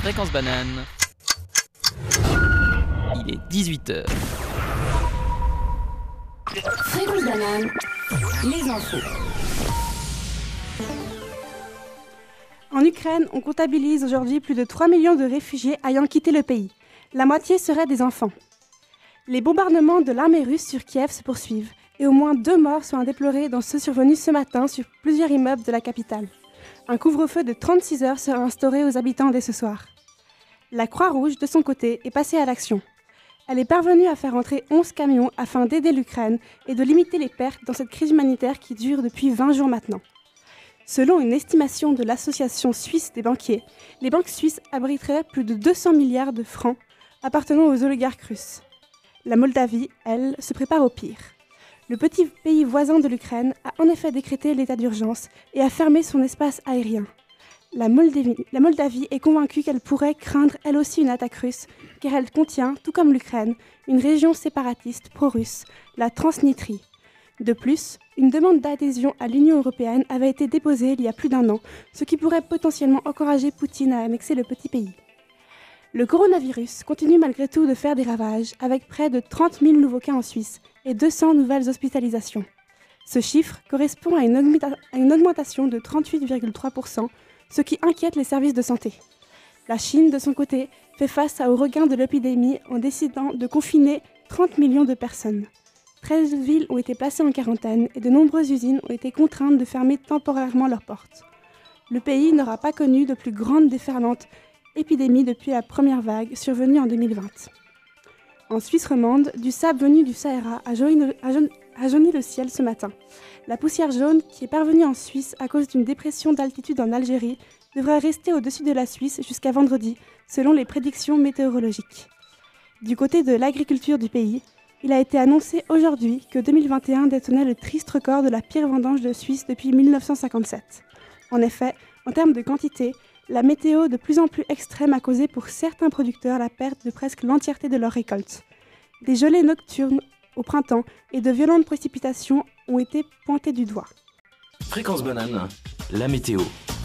Fréquence Banane. Il est 18h. Fréquence Banane, les infos. En Ukraine, on comptabilise aujourd'hui plus de 3 millions de réfugiés ayant quitté le pays. La moitié seraient des enfants. Les bombardements de l'armée russe sur Kiev se poursuivent et au moins 2 morts sont à déplorer dans ceux survenus ce matin sur plusieurs immeubles de la capitale. Un couvre-feu de 36 heures sera instauré aux habitants dès ce soir. La Croix-Rouge, de son côté, est passée à l'action. Elle est parvenue à faire entrer 11 camions afin d'aider l'Ukraine et de limiter les pertes dans cette crise humanitaire qui dure depuis 20 jours maintenant. Selon une estimation de l'Association suisse des banquiers, les banques suisses abriteraient plus de 200 milliards de francs appartenant aux oligarques russes. La Moldavie, elle, se prépare au pire. Le petit pays voisin de l'Ukraine a en effet décrété l'état d'urgence et a fermé son espace aérien. La Moldavie est convaincue qu'elle pourrait craindre elle aussi une attaque russe, car elle contient, tout comme l'Ukraine, une région séparatiste pro-russe, la Transnistrie. De plus, une demande d'adhésion à l'Union européenne avait été déposée il y a plus d'1 an, ce qui pourrait potentiellement encourager Poutine à annexer le petit pays. Le coronavirus continue malgré tout de faire des ravages, avec près de 30 000 nouveaux cas en Suisse et 200 nouvelles hospitalisations. Ce chiffre correspond à une augmentation de 38,3%, ce qui inquiète les services de santé. La Chine, de son côté, fait face au regain de l'épidémie en décidant de confiner 30 millions de personnes. 13 villes ont été placées en quarantaine et de nombreuses usines ont été contraintes de fermer temporairement leurs portes. Le pays n'aura pas connu de plus grande déferlante épidémie depuis la première vague survenue en 2020. En Suisse romande, du sable venu du Sahara a jauni le ciel ce matin. La poussière jaune, qui est parvenue en Suisse à cause d'une dépression d'altitude en Algérie, devrait rester au-dessus de la Suisse jusqu'à vendredi, selon les prédictions météorologiques. Du côté de l'agriculture du pays, il a été annoncé aujourd'hui que 2021 détenait le triste record de la pire vendange de Suisse depuis 1957. En effet, en termes de quantité, la météo de plus en plus extrême a causé pour certains producteurs la perte de presque l'entièreté de leur récolte. Des gelées nocturnes au printemps et de violentes précipitations ont été pointées du doigt. Fréquence Banane, la météo.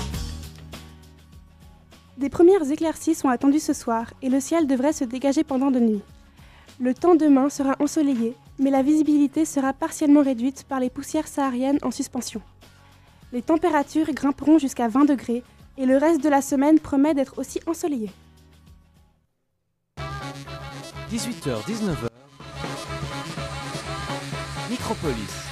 Des premières éclaircies sont attendues ce soir et le ciel devrait se dégager pendant de nuit. Le temps demain sera ensoleillé, mais la visibilité sera partiellement réduite par les poussières sahariennes en suspension. Les températures grimperont jusqu'à 20 degrés et le reste de la semaine promet d'être aussi ensoleillé. 18h, 19h. Micropolis.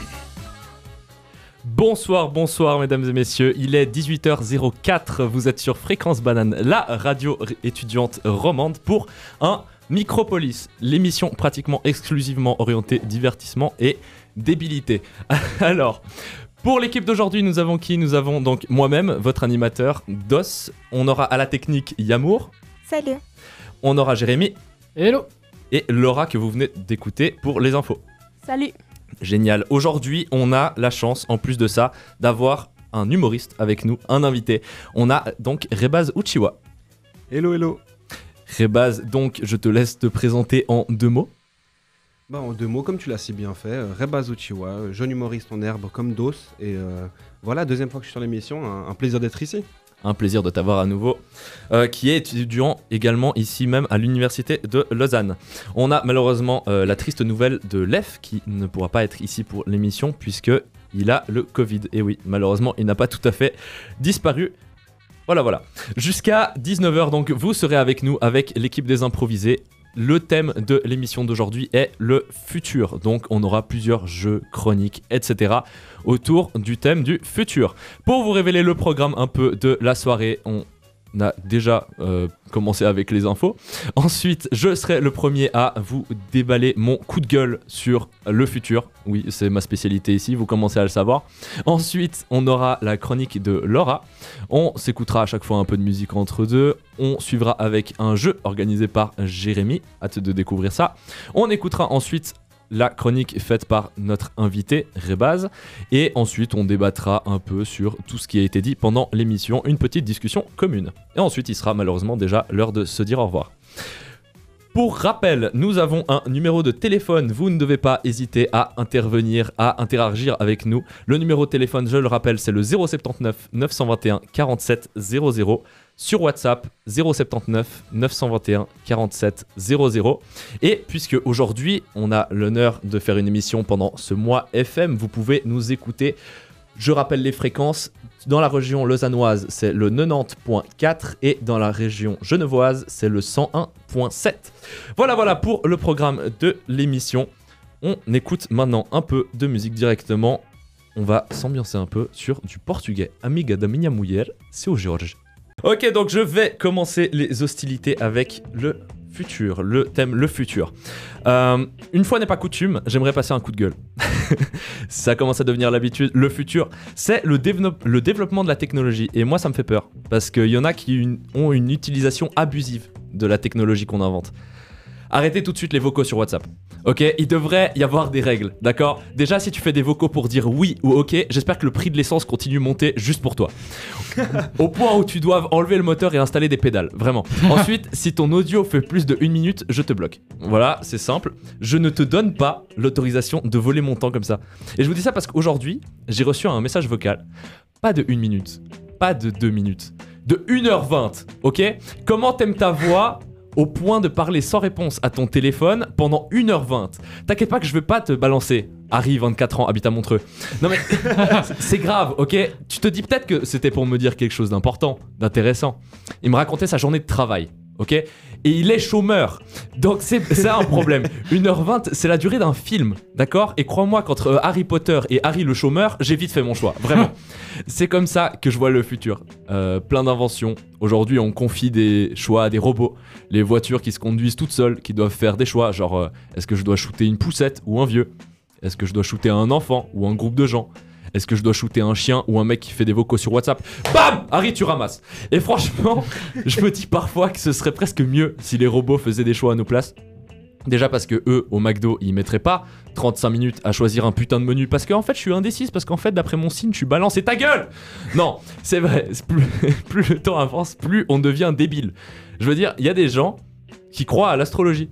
Bonsoir mesdames et messieurs, il est 18h04, vous êtes sur Fréquence Banane, la radio étudiante romande pour un Micropolis, l'émission pratiquement exclusivement orientée divertissement et débilité. Alors, pour l'équipe d'aujourd'hui, nous avons qui ? Nous avons donc moi-même, votre animateur, Dos. On aura à la technique Yamour. Salut. On aura Jérémy. Hello. Et Laura que vous venez d'écouter pour les infos. Salut. Génial. Aujourd'hui, on a la chance, en plus de ça, d'avoir un humoriste avec nous, un invité. On a donc Rebaz Uchiwa. Hello. Rebaz, donc je te laisse te présenter en 2 mots. En 2 mots, comme tu l'as si bien fait, Rebaz Uchiwa, jeune humoriste en herbe comme Dos. Et voilà, 2e fois que je suis sur l'émission, un plaisir d'être ici. Un plaisir de t'avoir à nouveau, qui est étudiant également ici même à l'université de Lausanne. On a malheureusement la triste nouvelle de Lef qui ne pourra pas être ici pour l'émission puisqu'il a le Covid. Et oui, malheureusement, il n'a pas tout à fait disparu. Voilà. Jusqu'à 19h, donc, vous serez avec nous, avec l'équipe des improvisés. Le thème de l'émission d'aujourd'hui est le futur. Donc, on aura plusieurs jeux, chroniques, etc. autour du thème du futur. Pour vous révéler le programme un peu de la soirée, on a déjà commencé avec les infos. Ensuite, je serai le premier à vous déballer mon coup de gueule sur le futur. Oui, c'est ma spécialité ici, vous commencez à le savoir. Ensuite, on aura la chronique de Laura. On s'écoutera à chaque fois un peu de musique entre deux. On suivra avec un jeu organisé par Jérémy. Hâte de découvrir ça. On écoutera ensuite la chronique faite par notre invité Rebaz, et ensuite on débattra un peu sur tout ce qui a été dit pendant l'émission, une petite discussion commune. Et ensuite il sera malheureusement déjà l'heure de se dire au revoir. Pour rappel, nous avons un numéro de téléphone. Vous ne devez pas hésiter à intervenir, à interagir avec nous. Le numéro de téléphone, je le rappelle, c'est le 079 921 47 00. Sur WhatsApp, 079 921 47 00. Et puisque aujourd'hui, on a l'honneur de faire une émission pendant ce mois FM, vous pouvez nous écouter. Je rappelle les fréquences. Dans la région lausannoise, c'est le 90.4 et dans la région genevoise, c'est le 101.7. Voilà pour le programme de l'émission. On écoute maintenant un peu de musique directement. On va s'ambiancer un peu sur du portugais. Amiga da minha mulher, c'est au Georges. Ok, donc je vais commencer les hostilités avec le futur, le thème le futur. Une fois n'est pas coutume, j'aimerais passer un coup de gueule. Ça commence à devenir l'habitude. Le futur, c'est le développement de la technologie. Et moi, ça me fait peur. Parce qu'il y en a qui ont une utilisation abusive de la technologie qu'on invente. Arrêtez tout de suite les vocaux sur WhatsApp. Ok, il devrait y avoir des règles, d'accord ? Déjà, si tu fais des vocaux pour dire oui ou ok, j'espère que le prix de l'essence continue de monter juste pour toi. Au point où tu dois enlever le moteur et installer des pédales, vraiment. Ensuite, si ton audio fait plus de 1 minute, je te bloque. Voilà, c'est simple. Je ne te donne pas l'autorisation de voler mon temps comme ça. Et je vous dis ça parce qu'aujourd'hui, j'ai reçu un message vocal. Pas de 1 minute, pas de 2 minutes, de 1h20, ok ? Comment t'aimes ta voix au point de parler sans réponse à ton téléphone pendant 1h20. T'inquiète pas que je vais pas te balancer. Harry, 24 ans, habite à Montreux. Non mais, c'est grave, ok ? Tu te dis peut-être que c'était pour me dire quelque chose d'important, d'intéressant. Il me racontait sa journée de travail, ok ? Et il est chômeur. Donc c'est un problème. 1h20, c'est la durée d'un film, d'accord ? Et crois-moi qu'entre Harry Potter et Harry le chômeur, j'ai vite fait mon choix, vraiment. C'est comme ça que je vois le futur. Plein d'inventions. Aujourd'hui, on confie des choix à des robots. Les voitures qui se conduisent toutes seules, qui doivent faire des choix, genre est-ce que je dois shooter une poussette ou un vieux ? Est-ce que je dois shooter un enfant ou un groupe de gens ? Est-ce que je dois shooter un chien ou un mec qui fait des vocaux sur WhatsApp ? Bam ! Harry, tu ramasses. Et franchement, je me dis parfois que ce serait presque mieux si les robots faisaient des choix à nos places. Déjà parce que eux, au McDo, ils mettraient pas 35 minutes à choisir un putain de menu. Parce qu'en fait, je suis indécise. Parce qu'en fait, d'après mon signe, tu balances et ta gueule. Non, c'est vrai. Plus le temps avance, plus on devient débile. Je veux dire, il y a des gens qui croient à l'astrologie.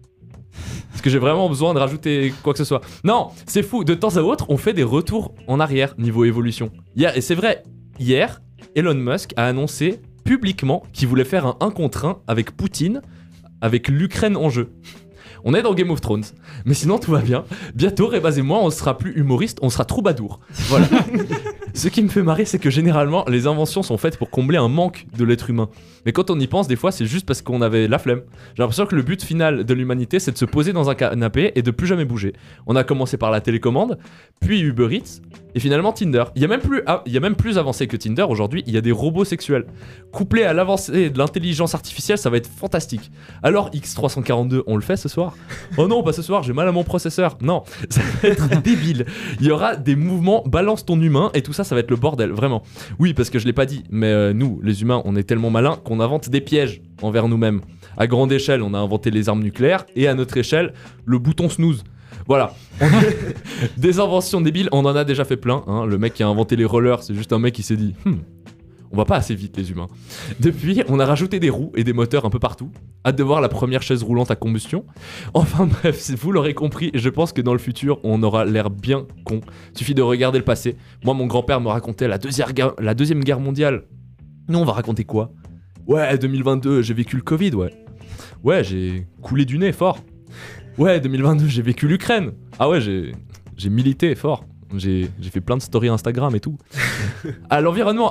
Est-ce que j'ai vraiment besoin de rajouter quoi que ce soit ? Non, c'est fou. De temps à autre, on fait des retours en arrière niveau évolution. Et c'est vrai, hier, Elon Musk a annoncé publiquement qu'il voulait faire un 1 contre 1 avec Poutine, avec l'Ukraine en jeu. On est dans Game of Thrones, mais sinon tout va bien. Bientôt, Rebaz et moi, on sera plus humoriste, on sera troubadour. Voilà. Ce qui me fait marrer, c'est que généralement, les inventions sont faites pour combler un manque de l'être humain. Mais quand on y pense, des fois, c'est juste parce qu'on avait la flemme. J'ai l'impression que le but final de l'humanité, c'est de se poser dans un canapé et de plus jamais bouger. On a commencé par la télécommande, puis Uber Eats, et finalement Tinder. Il y a même plus avancé que Tinder aujourd'hui, il y a des robots sexuels. Couplés à l'avancée de l'intelligence artificielle, ça va être fantastique. Alors X342, on le fait ce soir ? Oh non, pas ce soir, j'ai mal à mon processeur. Non, ça va être débile. Il y aura des mouvements, balance ton humain, et tout ça, ça va être le bordel, vraiment. Oui, parce que je l'ai pas dit, mais nous, les humains, on est tellement malins qu'on invente des pièges envers nous-mêmes. À grande échelle, on a inventé les armes nucléaires, et à notre échelle, le bouton snooze. Voilà. Des inventions débiles, on en a déjà fait plein. Hein. Le mec qui a inventé les rollers, c'est juste un mec qui s'est dit on va pas assez vite les humains. Depuis, on a rajouté des roues et des moteurs un peu partout. Hâte de voir la première chaise roulante à combustion. Enfin bref, vous l'aurez compris, je pense que dans le futur, on aura l'air bien con. Suffit de regarder le passé. Moi, mon grand-père me racontait la deuxième guerre mondiale. Nous, on va raconter quoi ? Ouais, 2022, j'ai vécu le Covid, ouais. Ouais, j'ai coulé du nez fort. Ouais, 2022, j'ai vécu l'Ukraine. Ah ouais, j'ai milité fort. J'ai fait plein de stories Instagram et tout. Ah, l'environnement.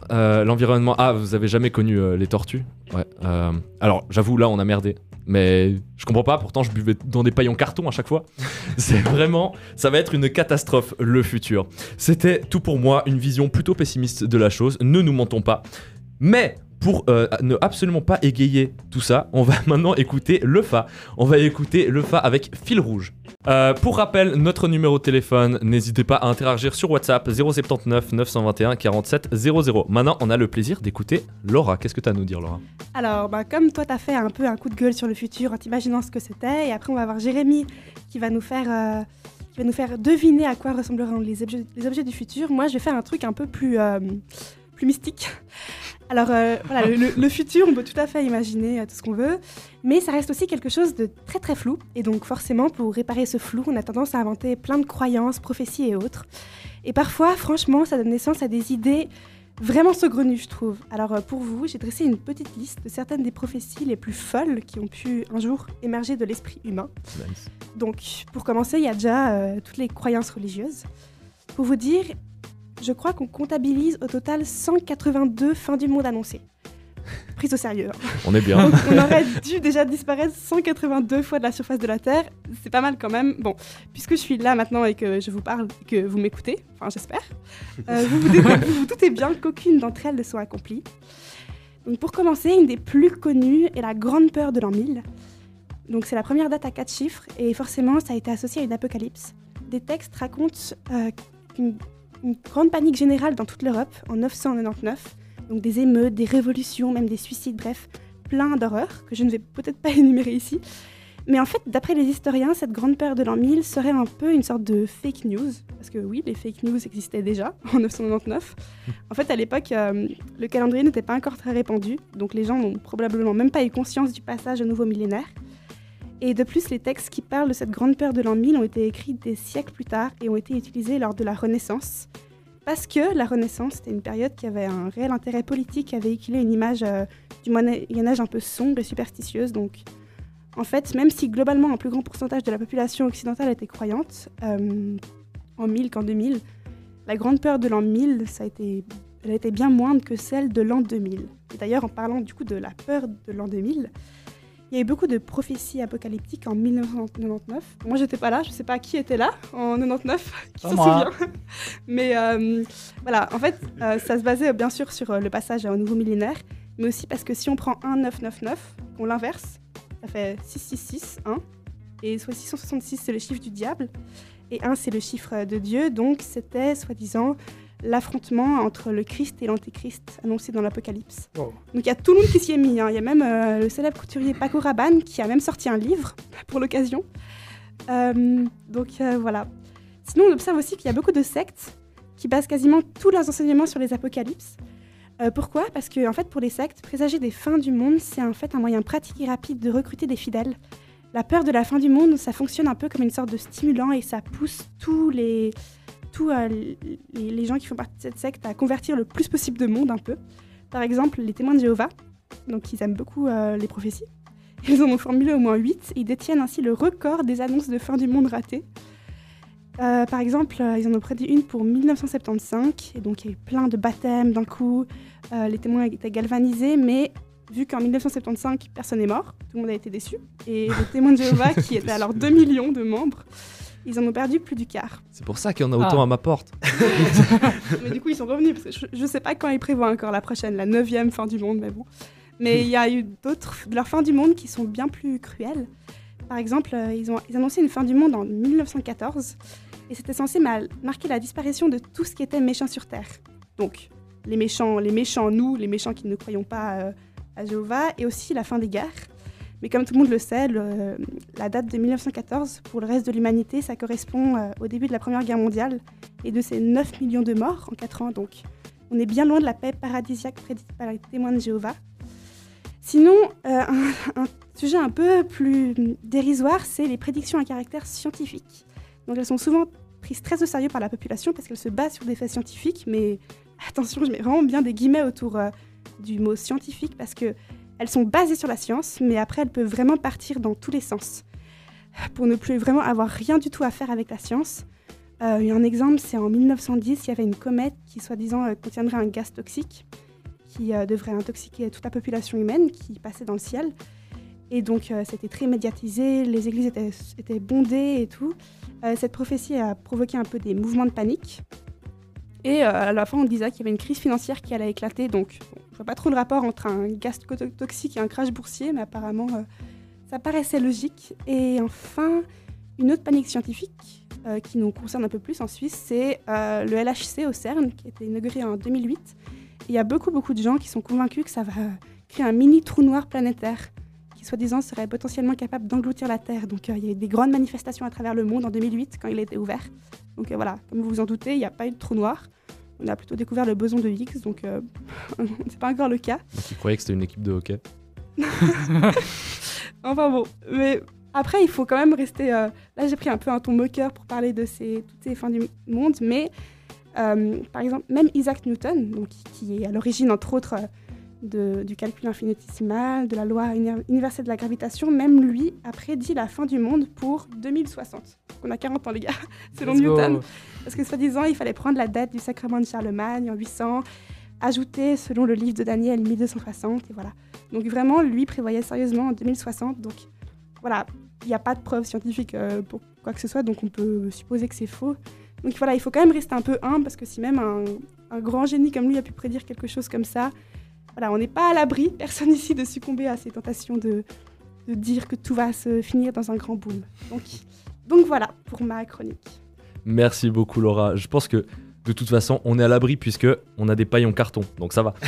Vous avez jamais connu les tortues ? Ouais. Alors, j'avoue, là, on a merdé. Mais je comprends pas, pourtant, je buvais dans des pailles en carton à chaque fois. C'est vraiment... Ça va être une catastrophe, le futur. C'était tout pour moi, une vision plutôt pessimiste de la chose. Ne nous mentons pas. Mais... pour ne absolument pas égayer tout ça, on va maintenant écouter le Fa. On va écouter le Fa avec Fil Rouge. Pour rappel, notre numéro de téléphone, n'hésitez pas à interagir sur WhatsApp 079 921 47 00. Maintenant, on a le plaisir d'écouter Laura. Qu'est-ce que tu as à nous dire, Laura ? Alors, comme toi, tu as fait un peu un coup de gueule sur le futur en t'imaginant ce que c'était, et après, on va avoir Jérémy qui va nous faire deviner à quoi ressembleront les objets du futur. Moi, je vais faire un truc un peu plus mystique. Alors voilà, le futur, on peut tout à fait imaginer tout ce qu'on veut, mais ça reste aussi quelque chose de très très flou. Et donc forcément, pour réparer ce flou, on a tendance à inventer plein de croyances, prophéties et autres. Et parfois, franchement, ça donne naissance à des idées vraiment saugrenues, je trouve. Alors pour vous, j'ai dressé une petite liste de certaines des prophéties les plus folles qui ont pu un jour émerger de l'esprit humain. Nice. Donc pour commencer, il y a déjà toutes les croyances religieuses. Pour vous dire, je crois qu'on comptabilise au total 182 fins du monde annoncées. Prise au sérieux. Hein. On est bien. Donc, on aurait dû déjà disparaître 182 fois de la surface de la Terre. C'est pas mal quand même. Bon, puisque je suis là maintenant et que je vous parle et que vous m'écoutez, enfin j'espère, vous vous doutez bien qu'aucune d'entre elles ne sont accomplies. Donc pour commencer, une des plus connues est la grande peur de l'an 1000. Donc c'est la première date à 4 chiffres et forcément ça a été associé à une apocalypse. Des textes racontent une grande panique générale dans toute l'Europe en 999. Donc des émeutes, des révolutions, même des suicides, bref, plein d'horreurs que je ne vais peut-être pas énumérer ici. Mais en fait, d'après les historiens, cette grande peur de l'an 1000 serait un peu une sorte de fake news. Parce que oui, les fake news existaient déjà en 999. En fait, à l'époque, le calendrier n'était pas encore très répandu. Donc les gens n'ont probablement même pas eu conscience du passage au nouveau millénaire. Et de plus, les textes qui parlent de cette grande peur de l'an 1000 ont été écrits des siècles plus tard et ont été utilisés lors de la Renaissance. Parce que la Renaissance, c'était une période qui avait un réel intérêt politique à véhiculer une image du Moyen-Âge un peu sombre et superstitieuse. Donc, en fait, même si globalement un plus grand pourcentage de la population occidentale était croyante, en 1000 qu'en 2000, la grande peur de l'an 1000, elle a été bien moindre que celle de l'an 2000. Et d'ailleurs, en parlant du coup de la peur de l'an 2000, il y a eu beaucoup de prophéties apocalyptiques en 1999. Moi, j'étais pas là, je sais pas qui était là en 99, qui s'en souvient. Mais voilà, en fait, ça se basait bien sûr sur le passage au nouveau millénaire, mais aussi parce que si on prend 1999, qu'on l'inverse, ça fait 666, 1, et soit 666, c'est le chiffre du diable, et 1, c'est le chiffre de Dieu, donc c'était, soi-disant, l'affrontement entre le Christ et l'Antéchrist annoncé dans l'Apocalypse. Oh. Donc il y a tout le monde qui s'y est mis. Hein. Il y a même le célèbre couturier Paco Rabanne qui a même sorti un livre pour l'occasion. Voilà. Sinon, on observe aussi qu'il y a beaucoup de sectes qui basent quasiment tous leurs enseignements sur les apocalypses. Pourquoi ? Parce que en fait, pour les sectes, présager des fins du monde, c'est en fait un moyen pratique et rapide de recruter des fidèles. La peur de la fin du monde, ça fonctionne un peu comme une sorte de stimulant et ça pousse tous les gens qui font partie de cette secte à convertir le plus possible de monde un peu. Par exemple, les témoins de Jéhovah, donc ils aiment beaucoup les prophéties. Ils en ont formulé au moins 8 et ils détiennent ainsi le record des annonces de fin du monde ratées. Par exemple, ils en ont prédit une pour 1975 et donc il y a eu plein de baptêmes d'un coup. Les témoins étaient galvanisés, mais vu qu'en 1975, personne n'est mort, tout le monde a été déçu. Et les témoins de Jéhovah, qui étaient alors 2 millions de membres, ils en ont perdu plus du quart. C'est pour ça qu'il y en a autant à ma porte. Mais du coup, ils sont revenus, parce que je ne sais pas quand ils prévoient encore la prochaine, la 9e fin du monde, mais bon. Mais il y a eu d'autres de leurs fins du monde qui sont bien plus cruelles. Par exemple, ils annonçaient une fin du monde en 1914, et c'était censé marquer la disparition de tout ce qui était méchant sur Terre. Donc, les méchants, nous, les méchants qui ne croyons pas à Jéhovah, et aussi la fin des guerres. Mais comme tout le monde le sait, la date de 1914, pour le reste de l'humanité, ça correspond au début de la Première Guerre mondiale et de ces 9 millions de morts en 4 ans. Donc, on est bien loin de la paix paradisiaque prédite par les témoins de Jéhovah. Sinon, un sujet un peu plus dérisoire, c'est les prédictions à caractère scientifique. Donc, elles sont souvent prises très au sérieux par la population parce qu'elles se basent sur des faits scientifiques. Mais attention, je mets vraiment bien des guillemets autour du mot scientifique parce que elles sont basées sur la science, mais après, elles peuvent vraiment partir dans tous les sens. Pour ne plus vraiment avoir rien du tout à faire avec la science. Il y a un exemple, c'est en 1910, il y avait une comète qui, soi-disant, contiendrait un gaz toxique qui devrait intoxiquer toute la population humaine qui passait dans le ciel. Et donc, c'était très médiatisé, les églises étaient bondées et tout. Cette prophétie a provoqué un peu des mouvements de panique. Et à la fin, on disait qu'il y avait une crise financière qui allait éclater. Donc, je ne vois pas trop le rapport entre un gaz toxique et un crash boursier, mais apparemment, ça paraissait logique. Et enfin, une autre panique scientifique qui nous concerne un peu plus en Suisse, c'est le LHC au CERN, qui a été inauguré en 2008. Et il y a beaucoup de gens qui sont convaincus que ça va créer un mini trou noir planétaire qui, soi-disant, serait potentiellement capable d'engloutir la Terre. Donc, il y a eu des grandes manifestations à travers le monde en 2008, quand il a été ouvert. Donc voilà, comme vous vous en doutez, il n'y a pas eu de trou noir. on a plutôt découvert le boson de Higgs, donc c'est pas encore le cas. Qui croyait que c'était une équipe de hockey. Enfin bon, mais après il faut quand même rester... Là j'ai pris un peu un ton moqueur pour parler de toutes ces fins du monde, mais par exemple même Isaac Newton, donc, qui est à l'origine entre autres du calcul infinitésimal, de la loi universelle de la gravitation, même lui a prédit la fin du monde pour 2060. Donc on a 40 ans les gars, selon Newton. Parce que soi-disant il fallait prendre la date du sacrement de Charlemagne en 800, ajouter selon le livre de Daniel 1260, et voilà. Donc vraiment, lui prévoyait sérieusement en 2060. Donc voilà, il n'y a pas de preuves scientifiques pour quoi que ce soit, donc on peut supposer que c'est faux. Donc voilà, il faut quand même rester un peu humble, parce que si même un grand génie comme lui a pu prédire quelque chose comme ça, voilà, on n'est pas à l'abri, personne ici, de succomber à ces tentations de dire que tout va se finir dans un grand boom. Donc voilà pour ma chronique. Merci beaucoup Laura. Je pense que de toute façon, on est à l'abri puisque on a des pailles en carton, donc ça va.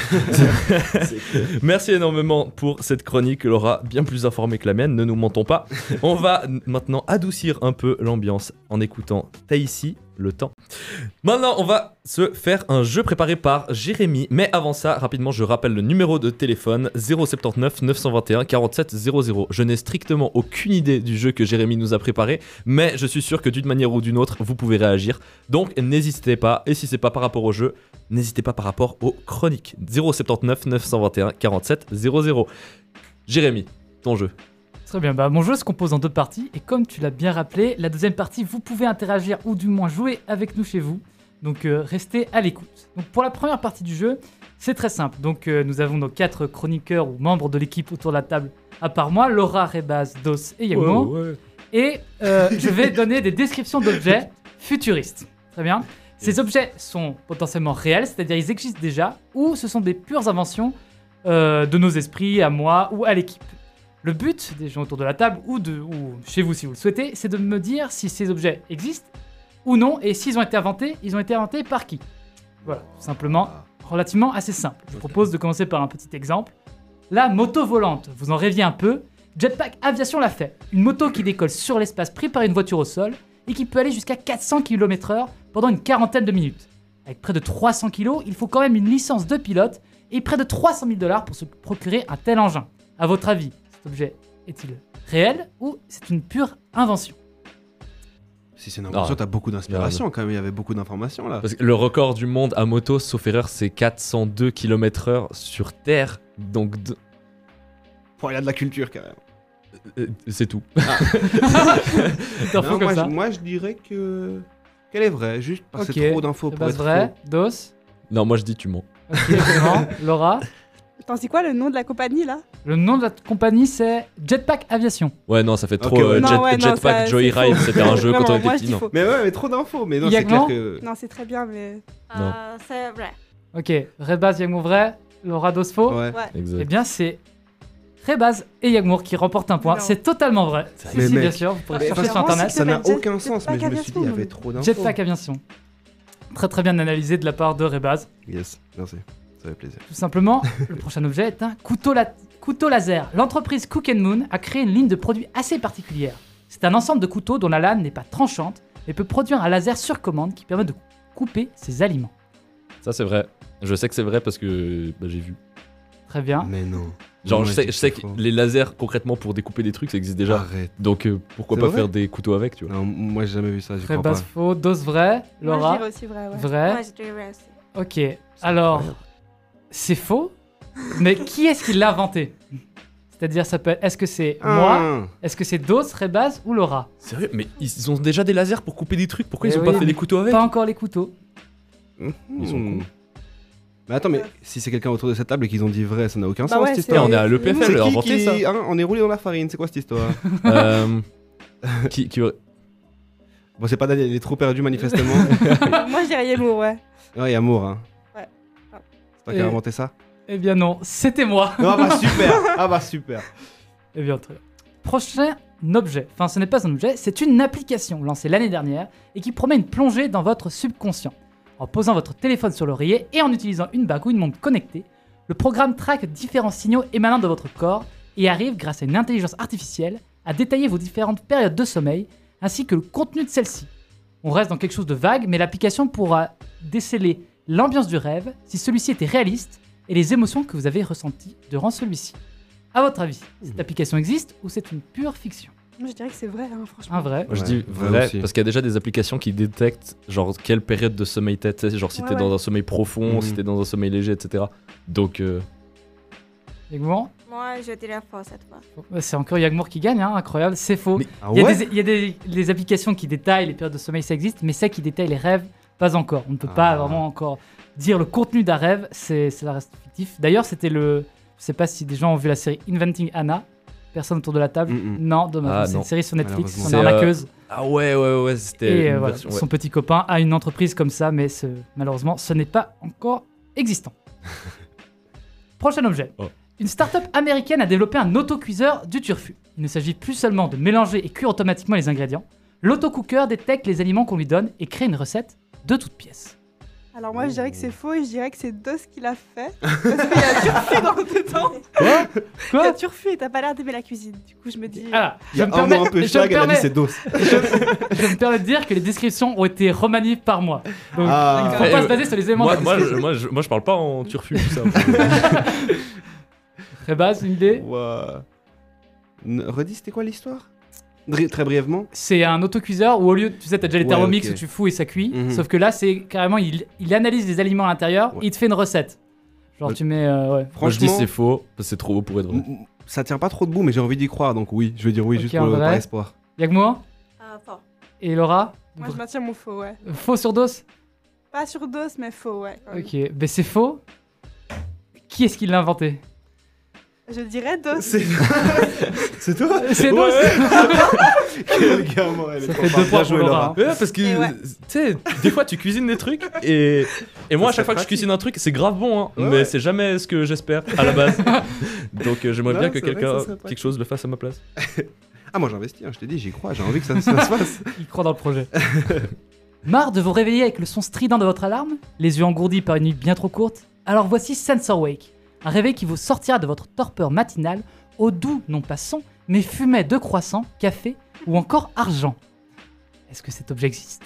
Merci énormément pour cette chronique, Laura, bien plus informée que la mienne, ne nous mentons pas. On va maintenant adoucir un peu l'ambiance en écoutant Taïsi, le temps. Maintenant, on va se faire un jeu préparé par Jérémy, mais avant ça, rapidement, je rappelle le numéro de téléphone 079 921 47 00. Je n'ai strictement aucune idée du jeu que Jérémy nous a préparé, mais je suis sûr que d'une manière ou d'une autre, vous pouvez réagir. Donc, n'hésitez pas, et si c'est pas par rapport au jeu, n'hésitez pas par rapport aux chroniques. 079 921 47 00. Jérémy, ton jeu. Très bien, mon jeu se compose en 2 parties, et comme tu l'as bien rappelé, la deuxième partie, vous pouvez interagir ou du moins jouer avec nous chez vous, donc restez à l'écoute. Donc pour la première partie du jeu, c'est très simple, donc nous avons nos 4 chroniqueurs ou membres de l'équipe autour de la table, à part moi, Laura, Rebaz, Dos et Yagmo, et je vais donner des descriptions d'objets futuristes. Très bien. Ces objets sont potentiellement réels, c'est-à-dire ils existent déjà, ou ce sont des pures inventions de nos esprits, à moi ou à l'équipe. Le but des gens autour de la table, ou chez vous si vous le souhaitez, c'est de me dire si ces objets existent ou non, et s'ils ont été inventés, ils ont été inventés par qui. Voilà, tout simplement, relativement assez simple. Je vous propose de commencer par un petit exemple. La moto volante, vous en rêviez un peu, Jetpack Aviation l'a fait. Une moto qui décolle sur l'espace pris par une voiture au sol, et qui peut aller jusqu'à 400 km/h pendant une quarantaine de minutes. Avec près de 300 kg, il faut quand même une licence de pilote, et près de 300 000 $ pour se procurer un tel engin. À votre avis, objet est-il réel ou c'est une pure invention? Si c'est une invention, t'as beaucoup d'inspiration quand même, il y avait beaucoup d'informations là. Parce que le record du monde à moto, sauf erreur, c'est 402 km/h sur Terre, donc... Il y a de la culture quand même. C'est tout. Moi je dirais qu'elle est vraie, juste parce que c'est trop d'infos pour être vrai. faux. Dos? Non, moi je dis tu mens. Laura? Attends, c'est quoi le nom de la compagnie là? Le nom de la compagnie c'est Jetpack Aviation. Ouais, non, ça fait trop Jetpack Joyride, c'était un jeu quand on était petit, non. Mais ouais, mais trop d'infos, mais non, c'est clair que... Non, c'est très bien, mais... C'est vrai. Ok, Rebaz, Yagmour vrai, Laura Dos faux. Ouais. Exact. Eh bien c'est Rebaz et Yagmour qui remportent un point, c'est totalement vrai. Si, bien sûr, vous pourrez chercher sur internet. Ça n'a aucun sens, mais je me suis dit, il y avait trop d'infos. Jetpack Aviation. Très très bien analysé de la part de Rebaz. Yes, merci. Ça fait plaisir. Tout simplement, le prochain objet est un couteau laser. L'entreprise Cook & Moon a créé une ligne de produits assez particulière. C'est un ensemble de couteaux dont la lame n'est pas tranchante, mais peut produire un laser sur commande qui permet de couper ses aliments. Ça c'est vrai. Je sais que c'est vrai parce que j'ai vu. Très bien. Mais non. Genre Non, je sais que les lasers concrètement pour découper des trucs ça existe déjà. Arrête. Donc pourquoi C'est pas vrai faire des couteaux avec, tu vois. Non, moi j'ai jamais vu ça, j'y crois Rebaz pas. faux, Dos vrai, Moi, Laura je dirais aussi vrai, ouais. vrai. Moi, je dirais aussi. Ok, alors c'est faux, mais qui est-ce qui l'a inventé? C'est-à-dire, ça peut être, est-ce que c'est moi, est-ce que c'est Dos, Rebaz ou Laura? Sérieux? Mais ils ont déjà des lasers pour couper des trucs, pourquoi ils ont oui, pas fait mais des couteaux avec? Pas encore les couteaux. Ils sont cons. Mais attends, mais si c'est quelqu'un autour de cette table et qu'ils ont dit vrai, ça n'a aucun sens ouais, cette c'est- histoire. On est à l'EPFL, C'est elle a qui inventé ça. on est roulé dans la farine, c'est quoi cette histoire? Qui Bon, c'est pas Daniel, il est trop perdu manifestement. Moi, je dirais Yagmour, ouais. Ouais, il y a Moore, hein. Ouais. C'est toi qui as inventé ça? Eh bien non, c'était moi. Ah bah super. Ah bah super. Eh bien, très bien. Prochain objet. Enfin, ce n'est pas un objet, c'est une application lancée l'année dernière et qui promet une plongée dans votre subconscient. En posant votre téléphone sur l'oreiller et en utilisant une bague ou une montre connectée, le programme traque différents signaux émanant de votre corps et arrive, grâce à une intelligence artificielle, à détailler vos différentes périodes de sommeil ainsi que le contenu de celle-ci. On reste dans quelque chose de vague, mais l'application pourra déceler l'ambiance du rêve, si celui-ci était réaliste, et les émotions que vous avez ressenties durant celui-ci. À votre avis, cette application existe ou c'est une pure fiction? Moi, je dirais que c'est vrai, hein, franchement. Un vrai. Moi je Ouais, dis vrai vrai, aussi. parce qu'il y a déjà des applications qui détectent genre quelle période de sommeil t'es, tu sais, genre si Ouais, t'es ouais. dans un sommeil profond, Mhm. si t'es dans un sommeil léger, etc. Donc Yagmour? Moi, je dirais faux cette fois. Ouais, c'est encore Yagmour qui gagne, hein, incroyable, c'est faux. Mais- Ah Il y a, ouais des, des applications qui détaillent les périodes de sommeil, ça existe, mais celles qui détaillent les rêves, pas encore. On ne peut pas Ah. vraiment encore dire le contenu d'un rêve, ça reste fictif. D'ailleurs, c'était le... Je sais pas si des gens ont vu la série Inventing Anna. Personne autour de la table? Non, dommage. Ah, c'est non. une série sur Netflix, Malheureusement. on est C'est, arnaqueuse. ah ouais, c'était Et une voilà, version, son petit copain a une entreprise comme ça, mais malheureusement, ce n'est pas encore existant. Prochain objet. Oh. Une start-up américaine a développé un autocuiseur du turfu. Il ne s'agit plus seulement de mélanger et cuire automatiquement les ingrédients. L'autocooker détecte les aliments qu'on lui donne et crée une recette de toutes pièces. Alors moi, je dirais que c'est faux et je dirais que c'est Dos qui l'a fait. Parce qu'il y a Turfu dans dedans. Il y a Quoi Turfu et t'as pas l'air d'aimer la cuisine. Du coup, je me dis... Alors, Il y a un mot un peu schlag, elle a dit c'est dos. je me permets de dire que les descriptions ont été remaniées par moi. Donc, Ah. il ne faut pas se baser sur les éléments de la description. moi, je parle pas en turfu, tout ça. Très base, une idée. Ouah. Redis, c'était quoi l'histoire Très brièvement. C'est un autocuiseur où au lieu, tu sais, t'as déjà les Ouais, Thermomix ok. où tu fous et ça cuit. Mhm. Sauf que là, c'est carrément, il analyse les aliments à l'intérieur, Ouais. il te fait une recette. Genre, Ouais. tu mets. Ouais. Moi, je dis Franchement, c'est faux, parce que c'est trop beau pour être vrai. ça tient pas trop debout, mais j'ai envie d'y croire, donc oui, je vais dire oui, Ok, juste en pour vrai. par espoir. Yagmour Faux. et Laura. Moi, je maintiens mon faux, ouais. Faux sur dos. Pas sur Dos, mais faux, ouais. quand même. Ok, ben c'est faux. Qui est-ce qui l'a inventé? Je dirais Dos. C'est toi C'est Dos. Quel gamin, elle est Ça trop fait forte. 2 points Bien joué, pour Laura. Laura. Ouais, parce que, Et ouais. tu sais, des fois tu cuisines des trucs et moi, à Ça chaque fois que je pratique. cuisine un truc, c'est grave bon, hein, Ouais, mais ouais. c'est jamais ce que j'espère à la base. Donc j'aimerais Non, bien que c'est vrai que ça quelqu'un, serait pratique. quelque chose le fasse à ma place. Ah, moi j'investis, hein, je t'ai dit, j'y crois, j'ai envie que ça se fasse. Il croit dans le projet. Marre de vous réveiller avec le son strident de votre alarme? Les yeux engourdis par une nuit bien trop courte? Alors voici Sensor Wake, un réveil qui vous sortira de votre torpeur matinale au doux, non pas son, mais fumet de croissant, café ou encore argent. Est-ce que cet objet existe?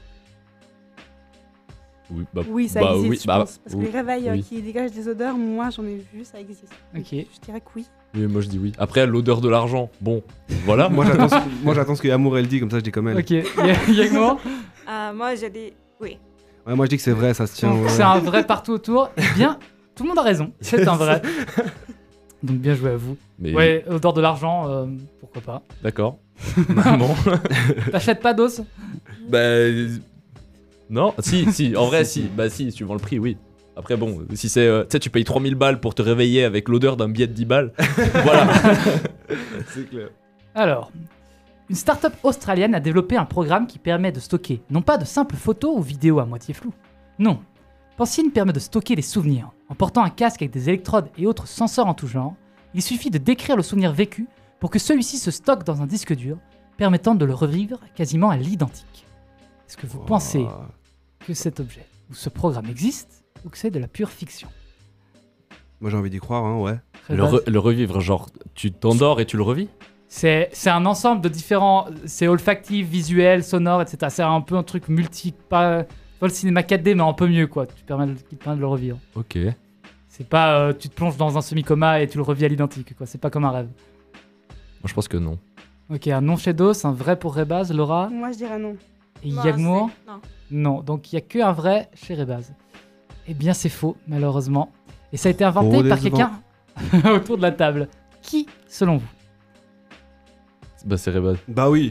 Oui, Oui, ça bah existe, oui, je bah, pense. Parce que oui, les réveils oui. qui dégagent des odeurs, moi, j'en ai vu, ça existe. Ok. Je dirais que oui. Oui, moi je dis oui. Après, l'odeur de l'argent, bon, voilà. Moi j'attends ce que Amour elle dit, comme ça je dis comme elle. Ok, Yagmour, Moi, je dis oui. Ouais, moi je dis que c'est vrai, ça se tient. ouais. c'est un vrai partout autour. Eh bien, tout le monde a raison, c'est un vrai. Donc bien joué à vous. Mais Ouais, odeur de l'argent, pourquoi pas. d'accord. Bon. T'achètes pas d'os? Bah. Non, si, en vrai, si. Bah, si, suivant le prix, oui. Après, bon, si c'est. Tu sais, tu payes 3000 balles pour te réveiller avec l'odeur d'un billet de 10 balles. Voilà. C'est clair. Alors, une start-up australienne a développé un programme qui permet de stocker non pas de simples photos ou vidéos à moitié floues. Non. Pensine permet de stocker les souvenirs. En portant un casque avec des électrodes et autres senseurs en tout genre, il suffit de décrire le souvenir vécu pour que celui-ci se stocke dans un disque dur, permettant de le revivre quasiment à l'identique. Est-ce que vous pensez que cet objet ou ce programme existe ou que c'est de la pure fiction? Moi j'ai envie d'y croire, hein, ouais. Le revivre, genre, tu t'endors et tu le revis? C'est un ensemble de différents... C'est olfactif, visuel, sonore, etc. C'est un peu un truc multi... Pas le cinéma 4D, mais un peu mieux, quoi. Qui te permet de le revivre. Ok. C'est pas... tu te plonges dans un semi-coma et tu le revis à l'identique, quoi. C'est pas comme un rêve. Moi, je pense que non. Ok, un non chez Dos, un vrai pour Rebaz, Laura. Moi, je dirais non. Et Moi, Yagmour? c'est- Non. Non, donc il y a que un vrai chez Rebaz. Eh bien, c'est faux, malheureusement. Et ça a été inventé Oh, par décevant. quelqu'un autour de la table. Qui, selon vous? Bah, c'est Rebaz. Bah oui.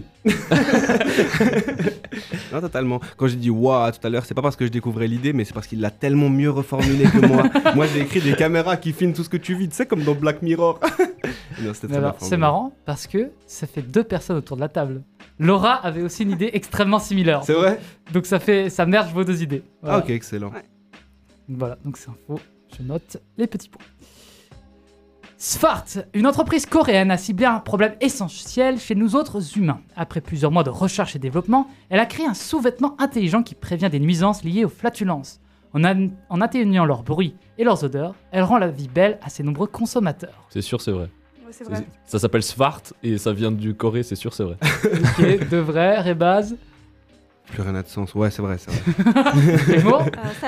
Non, totalement. Quand j'ai dit waouh tout à l'heure, c'est pas parce que je découvrais l'idée, mais c'est parce qu'il l'a tellement mieux reformulé que moi. Moi, j'ai écrit des caméras qui filment tout ce que tu vis, tu sais, comme dans Black Mirror. Non, c'était très Alors, bien c'est formulé. marrant parce que ça fait 2 personnes autour de la table. Laura avait aussi une idée extrêmement similaire. C'est vrai? Donc ça merge vos 2 idées. Voilà. Ah, ok, excellent. Voilà, donc c'est un faux. Je note les petits points. Svart, une entreprise coréenne, a ciblé un problème essentiel chez nous autres humains. Après plusieurs mois de recherche et développement, elle a créé un sous-vêtement intelligent qui prévient des nuisances liées aux flatulences. En atténuant leur bruit et leurs odeurs, elle rend la vie belle à ses nombreux consommateurs. C'est sûr, c'est vrai. Ouais, c'est vrai. Ça s'appelle Svart et ça vient du Corée, c'est sûr, c'est vrai. Ok, de vrai, Rebaz, Plus rien n'a de sens. Ouais, c'est vrai, c'est vrai. les mots. C'est faux.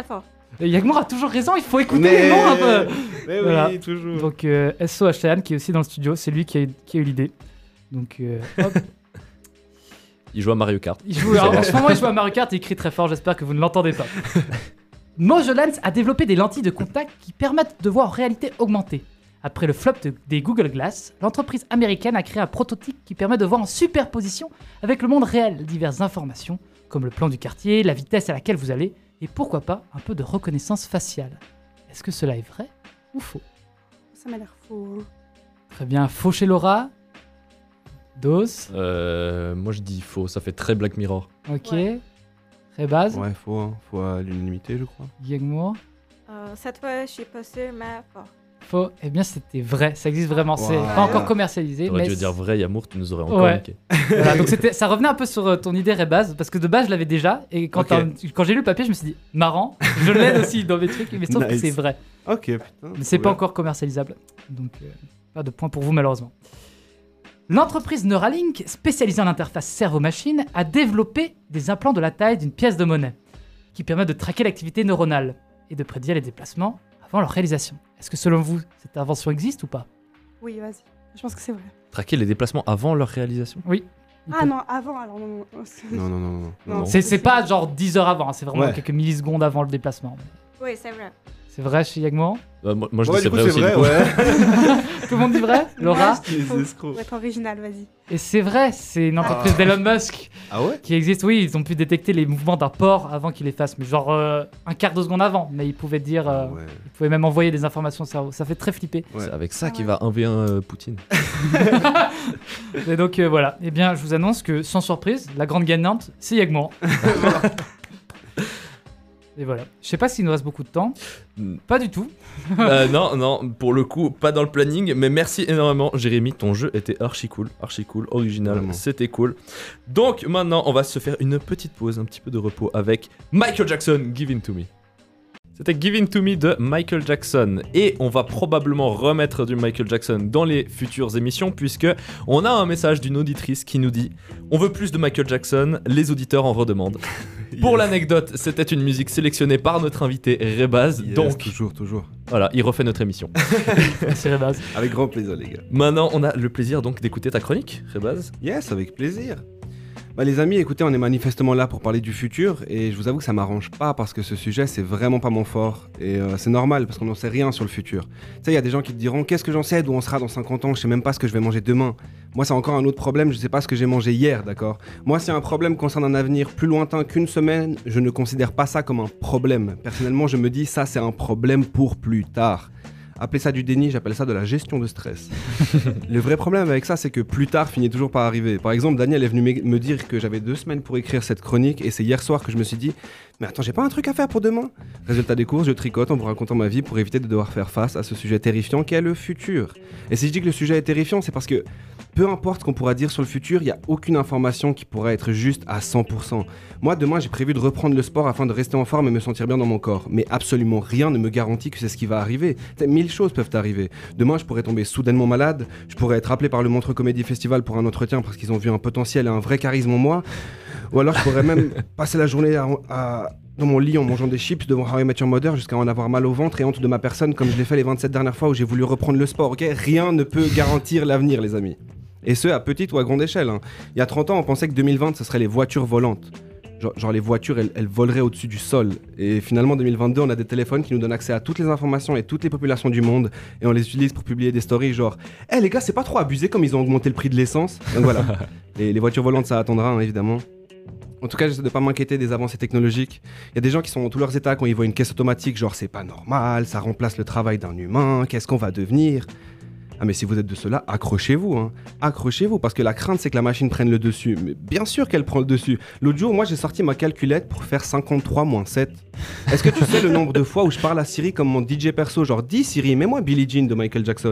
Yagmour a toujours raison, il faut écouter les noms un peu. Mais Voilà. oui, toujours. Donc SOH Tayan qui est aussi dans le studio, c'est lui qui a eu l'idée. Donc hop. Il joue à Mario Kart. Alors, en ce moment il joue à Mario Kart et il crie très fort, j'espère que vous ne l'entendez pas. Mojolens a développé des lentilles de contact qui permettent de voir en réalité augmentée. Après le flop des Google Glass, l'entreprise américaine a créé un prototype qui permet de voir en superposition avec le monde réel diverses informations, comme le plan du quartier, la vitesse à laquelle vous allez, et pourquoi pas un peu de reconnaissance faciale. Est-ce que cela est vrai ou faux? Ça m'a l'air faux. Hein. Très bien, faux chez Laura. Dos, Moi je dis faux, ça fait très Black Mirror. ok. Ouais. Rebaz, Ouais, faut à l'unanimité, je crois. Yagmour, Cette fois, je suis pas sûre, mais faux. faux. Eh bien c'était vrai, ça existe vraiment, c'est Wow. pas encore commercialisé. T'aurais mais dû dire vrai, Yamour, tu nous aurais encore Ouais. niqué. Voilà, donc ça revenait un peu sur ton idée Rebaz, parce que de base je l'avais déjà, et quand, Ok. quand j'ai lu le papier je me suis dit, marrant, je l'aide aussi dans mes trucs, mais sauf que Nice. c'est vrai. Ok, putain. Mais c'est trop pas bien. encore commercialisable, donc pas de point pour vous malheureusement. L'entreprise Neuralink, spécialisée en interface cerveau-machine, a développé des implants de la taille d'une pièce de monnaie, qui permettent de traquer l'activité neuronale et de prédire les déplacements avant leur réalisation. Est-ce que selon vous, cette invention existe ou pas? Oui, vas-y. Je pense que c'est vrai. Traquer les déplacements avant leur réalisation. Ah non, avant, alors non. Non. Non. C'est pas genre 10 heures avant, hein, c'est vraiment Ouais. quelques millisecondes avant le déplacement. Oui, c'est vrai. C'est vrai chez Yagmour? Moi je Ouais, dis c'est du coup, vrai aussi. du coup. ouais. Tout le monde dit vrai? Laura? Les escrocs. Pour être original, vas-y. Et c'est vrai, c'est une entreprise d'Elon Musk Ah ouais? qui existe. Oui, ils ont pu détecter les mouvements d'un porc avant qu'il les fasse, mais genre un quart de seconde avant. Mais ils pouvaient dire, Ouais. ils pouvaient même envoyer des informations au cerveau. Ça fait très flipper. Ouais. C'est avec ça Ah qu'il ouais. va 1v1 Poutine. Et donc voilà. Eh bien, je vous annonce que sans surprise, la grande gagnante, c'est Yagmour. Et voilà. Je sais pas s'il nous reste beaucoup de temps. Pas du tout. Non, pour le coup, pas dans le planning, mais merci énormément, Jérémy. Ton jeu était archi cool, original, Vraiment. c'était cool. Donc maintenant, on va se faire une petite pause, un petit peu de repos avec Michael Jackson, Give In To Me. C'était Give In To Me de Michael Jackson. Et on va probablement remettre du Michael Jackson dans les futures émissions, puisque on a un message d'une auditrice qui nous dit « On veut plus de Michael Jackson, les auditeurs en redemandent ». Pour l'anecdote, c'était une musique sélectionnée par notre invité Rebaz, Yes, donc toujours. voilà, il refait notre émission. C'est Rebaz. Avec grand plaisir, les gars. Maintenant, on a le plaisir donc d'écouter ta chronique, Rebaz. Yes, avec plaisir. Bah les amis, écoutez, on est manifestement là pour parler du futur et je vous avoue que ça m'arrange pas parce que ce sujet c'est vraiment pas mon fort et c'est normal parce qu'on n'en sait rien sur le futur. Tu sais, il y a des gens qui te diront qu'est-ce que j'en sais d'où on sera dans 50 ans, je sais même pas ce que je vais manger demain. Moi c'est encore un autre problème, je sais pas ce que j'ai mangé hier, d'accord? Moi si un problème concerne un avenir plus lointain qu'une semaine, je ne considère pas ça comme un problème. Personnellement je me dis ça c'est un problème pour plus tard. Appelez ça du déni, j'appelle ça de la gestion de stress. Le vrai problème avec ça, c'est que plus tard finit toujours par arriver. Par exemple, Daniel est venu me dire que j'avais 2 semaines pour écrire cette chronique et c'est hier soir que je me suis dit « Mais attends, j'ai pas un truc à faire pour demain ?» Résultat des courses, je tricote en vous racontant ma vie pour éviter de devoir faire face à ce sujet terrifiant qu'est le futur. Et si je dis que le sujet est terrifiant, c'est parce que peu importe ce qu'on pourra dire sur le futur, il n'y a aucune information qui pourra être juste à 100%. Moi, demain, j'ai prévu de reprendre le sport afin de rester en forme et me sentir bien dans mon corps. Mais absolument rien ne me garantit que c'est ce qui va arriver. 1000 choses peuvent arriver. Demain, je pourrais tomber soudainement malade, je pourrais être appelé par le Montreux Comédie Festival pour un entretien parce qu'ils ont vu un potentiel et un vrai charisme en moi. Ou alors, je pourrais même passer la journée dans mon lit en mangeant des chips devant How I Met Your Mother jusqu'à en avoir mal au ventre et honte de ma personne comme je l'ai fait les 27 dernières fois où j'ai voulu reprendre le sport, ok? Rien ne peut garantir l'avenir, les amis. Et ce, à petite ou à grande échelle. Hein. Il y a 30 ans, on pensait que 2020, ce serait les voitures volantes. Genre les voitures, elles voleraient au-dessus du sol. Et finalement, en 2022, on a des téléphones qui nous donnent accès à toutes les informations et toutes les populations du monde. Et on les utilise pour publier des stories genre « Eh les gars, c'est pas trop abusé comme ils ont augmenté le prix de l'essence ?» Donc voilà, les voitures volantes, ça attendra, hein, évidemment. En tout cas, j'essaie de pas m'inquiéter des avancées technologiques. Il y a des gens qui sont dans tous leurs états quand ils voient une caisse automatique, genre « C'est pas normal, ça remplace le travail d'un humain, qu'est-ce qu'on va devenir ?» Ah mais si vous êtes de ceux-là, accrochez-vous, hein. Accrochez-vous, parce que la crainte c'est que la machine prenne le dessus. Mais bien sûr qu'elle prend le dessus. L'autre jour, moi j'ai sorti ma calculette pour faire 53 moins 7. Est-ce que tu sais le nombre de fois où je parle à Siri comme mon DJ perso, genre dis Siri, mets-moi Billie Jean de Michael Jackson.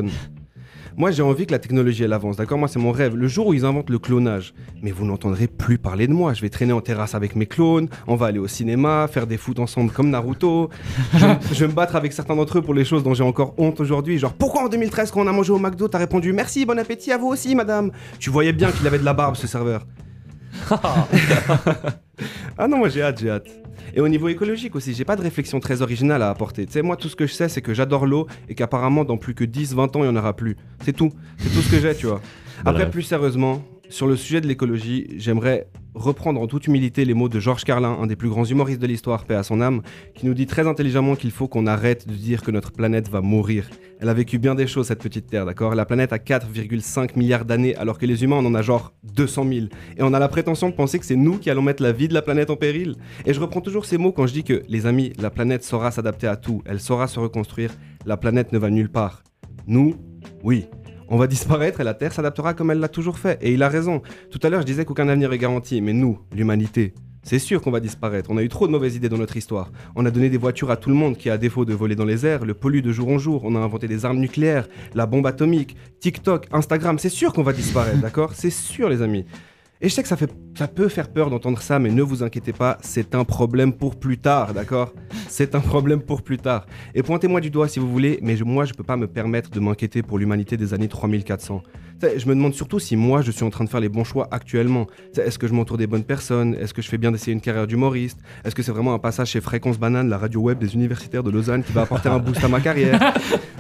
Moi j'ai envie que la technologie elle avance, d'accord? Moi c'est mon rêve, le jour où ils inventent le clonage. Mais vous n'entendrez plus parler de moi, je vais traîner en terrasse avec mes clones, on va aller au cinéma, faire des foot ensemble comme Naruto. Je vais me battre avec certains d'entre eux pour les choses dont j'ai encore honte aujourd'hui, genre pourquoi en 2013 quand on a mangé au McDo t'as répondu merci, bon appétit à vous aussi madame? Tu voyais bien qu'il avait de la barbe ce serveur. Ah non moi j'ai hâte. Et au niveau écologique aussi, j'ai pas de réflexion très originale à apporter. Tu sais, moi, tout ce que je sais, c'est que j'adore l'eau et qu'apparemment, dans plus que 10-20 ans, il n'y en aura plus. C'est tout ce que j'ai, tu vois. Après, Bref. plus sérieusement, sur le sujet de l'écologie, j'aimerais reprendre en toute humilité les mots de Georges Carlin, un des plus grands humoristes de l'histoire, paix à son âme, qui nous dit très intelligemment qu'il faut qu'on arrête de dire que notre planète va mourir. Elle a vécu bien des choses, cette petite Terre, d'accord? La planète a 4,5 milliards d'années, alors que les humains, on en a genre 200 000. Et on a la prétention de penser que c'est nous qui allons mettre la vie de la planète en péril. Et je reprends toujours ces mots quand je dis que, les amis, la planète saura s'adapter à tout, elle saura se reconstruire, la planète ne va nulle part. Nous, oui. On va disparaître et la Terre s'adaptera comme elle l'a toujours fait. Et il a raison. Tout à l'heure, je disais qu'aucun avenir est garanti. Mais nous, l'humanité, c'est sûr qu'on va disparaître. On a eu trop de mauvaises idées dans notre histoire. On a donné des voitures à tout le monde qui, à défaut de voler dans les airs, le pollue de jour en jour. On a inventé des armes nucléaires, la bombe atomique, TikTok, Instagram. C'est sûr qu'on va disparaître, d'accord? C'est sûr, les amis. Et je sais que ça peut faire peur d'entendre ça, mais ne vous inquiétez pas, c'est un problème pour plus tard, d'accord? C'est un problème pour plus tard. Et pointez-moi du doigt si vous voulez, mais moi je peux pas me permettre de m'inquiéter pour l'humanité des années 3400. Je me demande surtout si moi je suis en train de faire les bons choix actuellement. Est-ce que je m'entoure des bonnes personnes? Est-ce que je fais bien d'essayer une carrière d'humoriste? Est-ce que c'est vraiment un passage chez Fréquence Banane, la radio web des universitaires de Lausanne, qui va apporter un boost à ma carrière?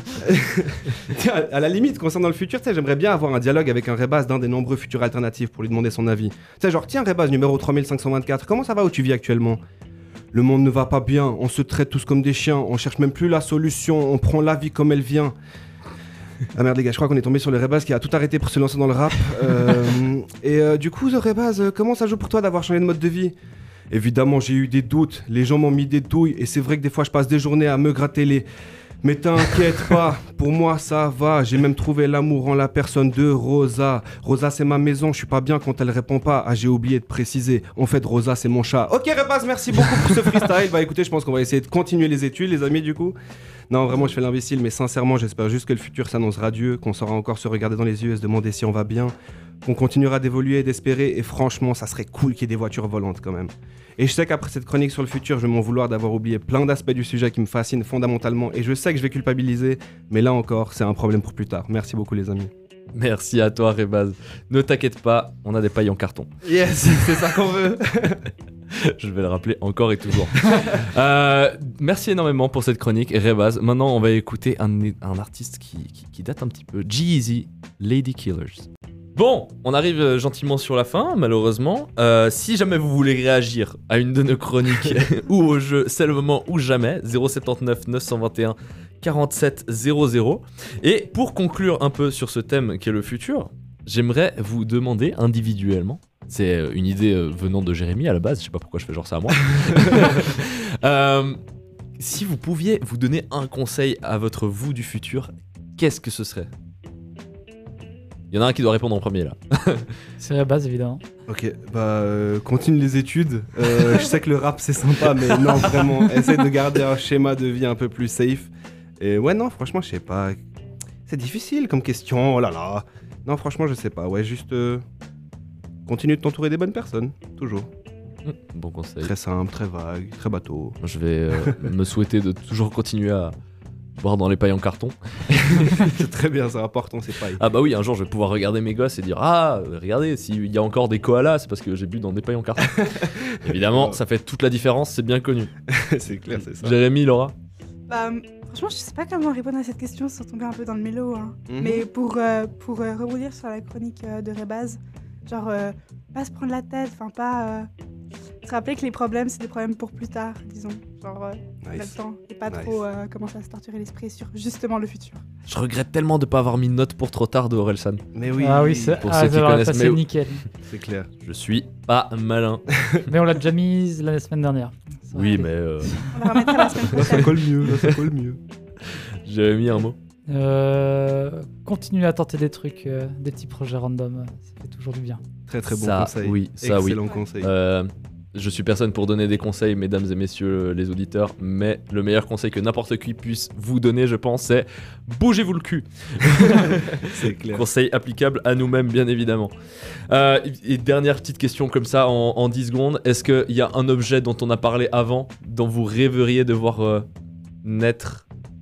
À la limite, concernant le futur, j'aimerais bien avoir un dialogue avec un Rebaz d'un des nombreux futurs alternatifs pour lui demander son avis. Genre, tiens Rebaz numéro 3524, comment ça va où tu vis actuellement? Le monde ne va pas bien, on se traite tous comme des chiens, on cherche même plus la solution, on prend la vie comme elle vient. Ah merde les gars, je crois qu'on est tombé sur le Rebaz qui a tout arrêté pour se lancer dans le rap. Du coup, The Rebaz, comment ça joue pour toi d'avoir changé de mode de vie? Évidemment, j'ai eu des doutes, les gens m'ont mis des douilles, et c'est vrai que des fois je passe des journées à me gratter les... Mais t'inquiète pas, pour moi ça va, j'ai même trouvé l'amour en la personne de Rosa. Rosa c'est ma maison, je suis pas bien quand elle répond pas. Ah j'ai oublié de préciser, en fait Rosa c'est mon chat. Ok Rebaz, merci beaucoup pour ce freestyle. Bah écoutez, je pense qu'on va essayer de continuer les études les amis du coup. Non vraiment je fais l'imbécile, mais sincèrement j'espère juste que le futur s'annonce radieux, qu'on saura encore se regarder dans les yeux et se demander si on va bien, qu'on continuera d'évoluer et d'espérer, et franchement ça serait cool qu'il y ait des voitures volantes quand même. Et je sais qu'après cette chronique sur le futur, je vais m'en vouloir d'avoir oublié plein d'aspects du sujet qui me fascinent fondamentalement, et je sais que je vais culpabiliser, mais là encore, c'est un problème pour plus tard. Merci beaucoup les amis. Merci à toi Rebaz. Ne t'inquiète pas, on a des pailles en carton. Yes, c'est ça qu'on veut. Je vais le rappeler encore et toujours. Merci énormément pour cette chronique, Rebaz. Maintenant, on va écouter un artiste qui date un petit peu. G-Eazy, Lady Killers. Bon, on arrive gentiment sur la fin, malheureusement. Si jamais vous voulez réagir à une de nos chroniques ou au jeu, c'est le moment ou jamais. 079 921 47 00. Et pour conclure un peu sur ce thème qu'est le futur, j'aimerais vous demander individuellement. C'est une idée venant de Jérémy à la base, je sais pas pourquoi je fais genre ça à moi. Si vous pouviez vous donner un conseil à votre vous du futur, qu'est-ce que ce serait? Il y en a un qui doit répondre en premier là. C'est la base évidemment. Ok, continue les études. Je sais que le rap c'est sympa, mais non, vraiment, essaie de garder un schéma de vie un peu plus safe. Et ouais, non, franchement, je sais pas. C'est difficile comme question, oh là là. Non, franchement, je sais pas. Ouais, juste continue de t'entourer des bonnes personnes, toujours. Bon conseil. Très simple, très vague, très bateau. Je vais me souhaiter de toujours continuer à boire dans les pailles en carton. C'est très bien, c'est important, c'est paille. Ah bah oui, un jour je vais pouvoir regarder mes gosses et dire ah regardez, s'il y a encore des koalas, c'est parce que j'ai bu dans des pailles en carton. Évidemment, ça fait toute la différence, c'est bien connu. C'est clair, c'est ça. Jérémy, Laura? Bah, franchement, je sais pas comment répondre à cette question sans tomber un peu dans le mélo. Hein. Mais pour rebondir sur la chronique de Rebaz, genre, pas se prendre la tête, enfin, pas se rappeler que les problèmes, c'est des problèmes pour plus tard, disons. Genre, on a le temps et pas trop commencer à se torturer l'esprit sur justement le futur. Je regrette tellement de pas avoir mis note pour trop tard de Orelsan. Mais oui, Ah oui, c'est Pour ceux qui connaissent, mais nickel. c'est clair. je suis pas malin. Mais on l'a déjà mise la semaine dernière. Ça Oui, va mais On la remettra la semaine Là, ça prochaine. colle mieux, là, ça colle mieux. Jérémy, un mot. Continuez à tenter des trucs, des petits projets random, ça fait toujours du bien. Très très bon Ça, conseil. oui, ça, oui. Excellent conseil. Je suis personne pour donner des conseils, mesdames et messieurs les auditeurs, mais le meilleur conseil que n'importe qui puisse vous donner, je pense, c'est bougez-vous le cul. C'est clair. Conseil applicable à nous-mêmes, bien évidemment. Et dernière petite question comme ça en 10 secondes. Est-ce qu'il y a un objet dont on a parlé avant, dont vous rêveriez de voir naître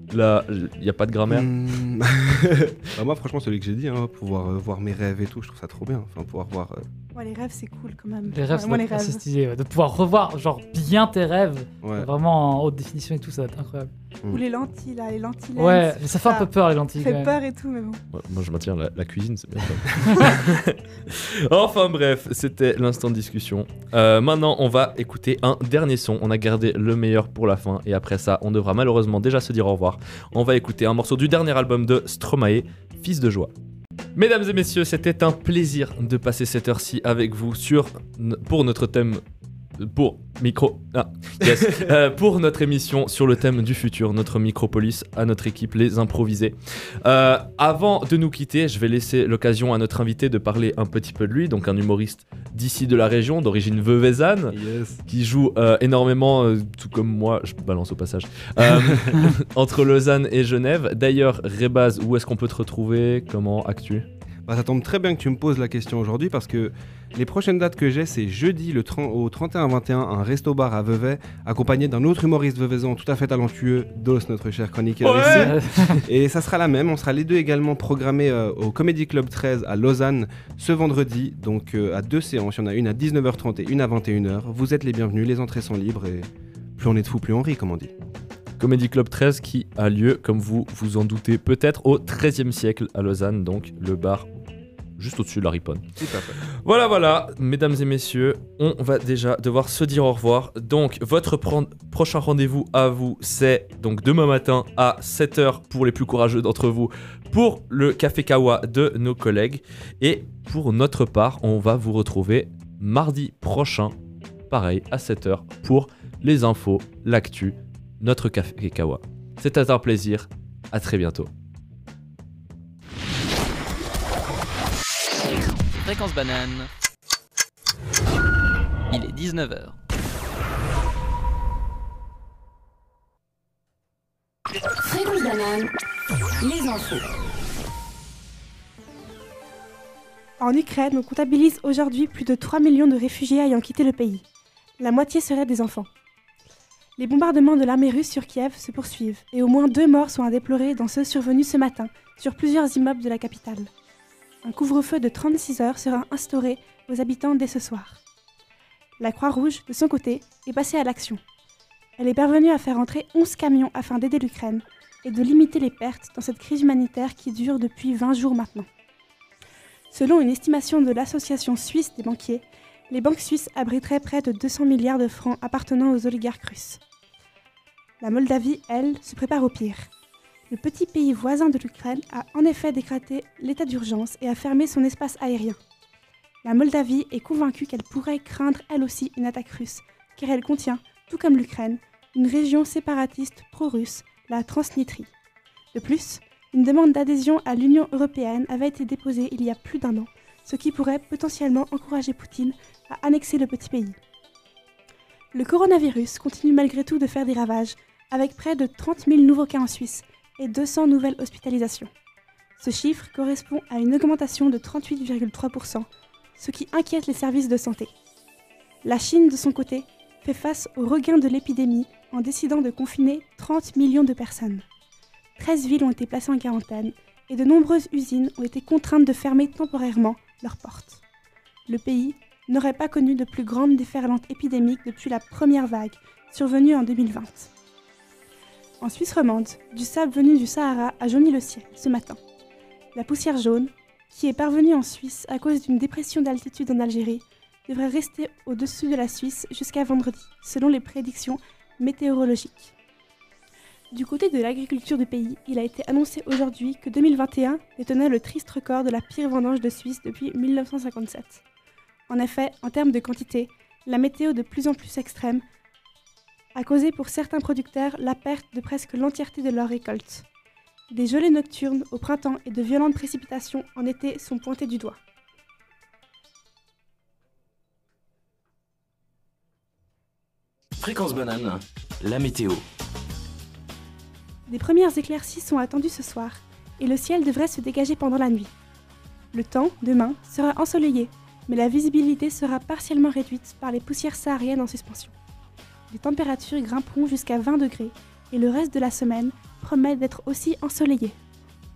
Là, il n'y a pas de grammaire. Bah, moi, franchement, celui que j'ai dit, pouvoir voir mes rêves et tout, je trouve ça trop bien. Enfin, pouvoir voir. Ouais, les rêves, c'est cool quand même. Les rêves, Ouais, moi, les c'est assez rêves. stylé. De pouvoir revoir genre bien tes rêves, Ouais. vraiment en haute définition et tout, ça va être incroyable. Ou les lentilles, là, les lentilles. Ouais, mais ça fait un peu peur les lentilles. Ça quand fait même. peur et tout, mais bon. Ouais, moi, je maintiens la cuisine, c'est bien ça. Enfin bref, c'était l'instant de discussion. Maintenant, on va écouter un dernier son. On a gardé le meilleur pour la fin. Et après ça, on devra malheureusement déjà se dire au revoir. On va écouter un morceau du dernier album de Stromae, Fils de joie. Mesdames et messieurs, c'était un plaisir de passer cette heure-ci avec vous pour notre thème... pour notre émission sur le thème du futur, notre Micropolis, à notre équipe Les Improvisés. Avant de nous quitter, je vais laisser l'occasion à notre invité de parler un petit peu de lui, donc un humoriste d'ici de la région, d'origine veuvezane, qui joue énormément, tout comme moi, je balance au passage, entre Lausanne et Genève. D'ailleurs, Rebaz, où est-ce qu'on peut te retrouver? Comment actu? Bah, ça tombe très bien que tu me poses la question aujourd'hui parce que les prochaines dates que j'ai, c'est jeudi au 31-21, un resto-bar à Vevey, accompagné d'un autre humoriste veuvezan tout à fait talentueux, Dos, notre cher chroniqueur ici. Et ça sera la même, on sera les deux également programmés au Comedy Club 13 à Lausanne ce vendredi, donc à 2 séances, il y en a une à 19h30 et une à 21h. Vous êtes les bienvenus, les entrées sont libres et plus on est de fous, plus on rit, comme on dit. Comedy Club 13 qui a lieu, comme vous vous en doutez peut-être, au XIIIe siècle à Lausanne, donc le bar juste au-dessus de la Riponne. Tout à fait. Voilà, mesdames et messieurs, on va déjà devoir se dire au revoir. Donc, votre prochain rendez-vous à vous, c'est donc demain matin à 7h pour les plus courageux d'entre vous, pour le Café Kawa de nos collègues. Et pour notre part, on va vous retrouver mardi prochain, pareil, à 7h, pour les infos, l'actu, notre Café Kawa. C'était un plaisir, à très bientôt. Fréquence banane. Il est 19h. Fréquence banane, les infos. En Ukraine, on comptabilise aujourd'hui plus de 3 millions de réfugiés ayant quitté le pays. La moitié seraient des enfants. Les bombardements de l'armée russe sur Kiev se poursuivent et au moins 2 morts sont à déplorer dans ceux survenus ce matin sur plusieurs immeubles de la capitale. Un couvre-feu de 36 heures sera instauré aux habitants dès ce soir. La Croix-Rouge, de son côté, est passée à l'action. Elle est parvenue à faire entrer 11 camions afin d'aider l'Ukraine et de limiter les pertes dans cette crise humanitaire qui dure depuis 20 jours maintenant. Selon une estimation de l'Association suisse des banquiers, les banques suisses abriteraient près de 200 milliards de francs appartenant aux oligarques russes. La Moldavie, elle, se prépare au pire. Le petit pays voisin de l'Ukraine a en effet décrété l'état d'urgence et a fermé son espace aérien. La Moldavie est convaincue qu'elle pourrait craindre elle aussi une attaque russe, car elle contient, tout comme l'Ukraine, une région séparatiste pro-russe, la Transnistrie. De plus, une demande d'adhésion à l'Union européenne avait été déposée il y a plus d'1 an, ce qui pourrait potentiellement encourager Poutine à annexer le petit pays. Le coronavirus continue malgré tout de faire des ravages, avec près de 30 000 nouveaux cas en Suisse et 200 nouvelles hospitalisations. Ce chiffre correspond à une augmentation de 38,3%, ce qui inquiète les services de santé. La Chine, de son côté, fait face au regain de l'épidémie en décidant de confiner 30 millions de personnes. 13 villes ont été placées en quarantaine et de nombreuses usines ont été contraintes de fermer temporairement leurs portes. Le pays n'aurait pas connu de plus grande déferlante épidémique depuis la première vague, survenue en 2020. En Suisse romande, du sable venu du Sahara a jauni le ciel ce matin. La poussière jaune, qui est parvenue en Suisse à cause d'une dépression d'altitude en Algérie, devrait rester au-dessus de la Suisse jusqu'à vendredi, selon les prédictions météorologiques. Du côté de l'agriculture du pays, il a été annoncé aujourd'hui que 2021 détenait le triste record de la pire vendange de Suisse depuis 1957. En effet, en termes de quantité, la météo de plus en plus extrême a causé pour certains producteurs la perte de presque l'entièreté de leur récolte. Des gelées nocturnes au printemps et de violentes précipitations en été sont pointées du doigt. Fréquence banane, la météo. Des premières éclaircies sont attendues ce soir et le ciel devrait se dégager pendant la nuit. Le temps, demain, sera ensoleillé, mais la visibilité sera partiellement réduite par les poussières sahariennes en suspension. Les températures grimperont jusqu'à 20 degrés et le reste de la semaine promet d'être aussi ensoleillé.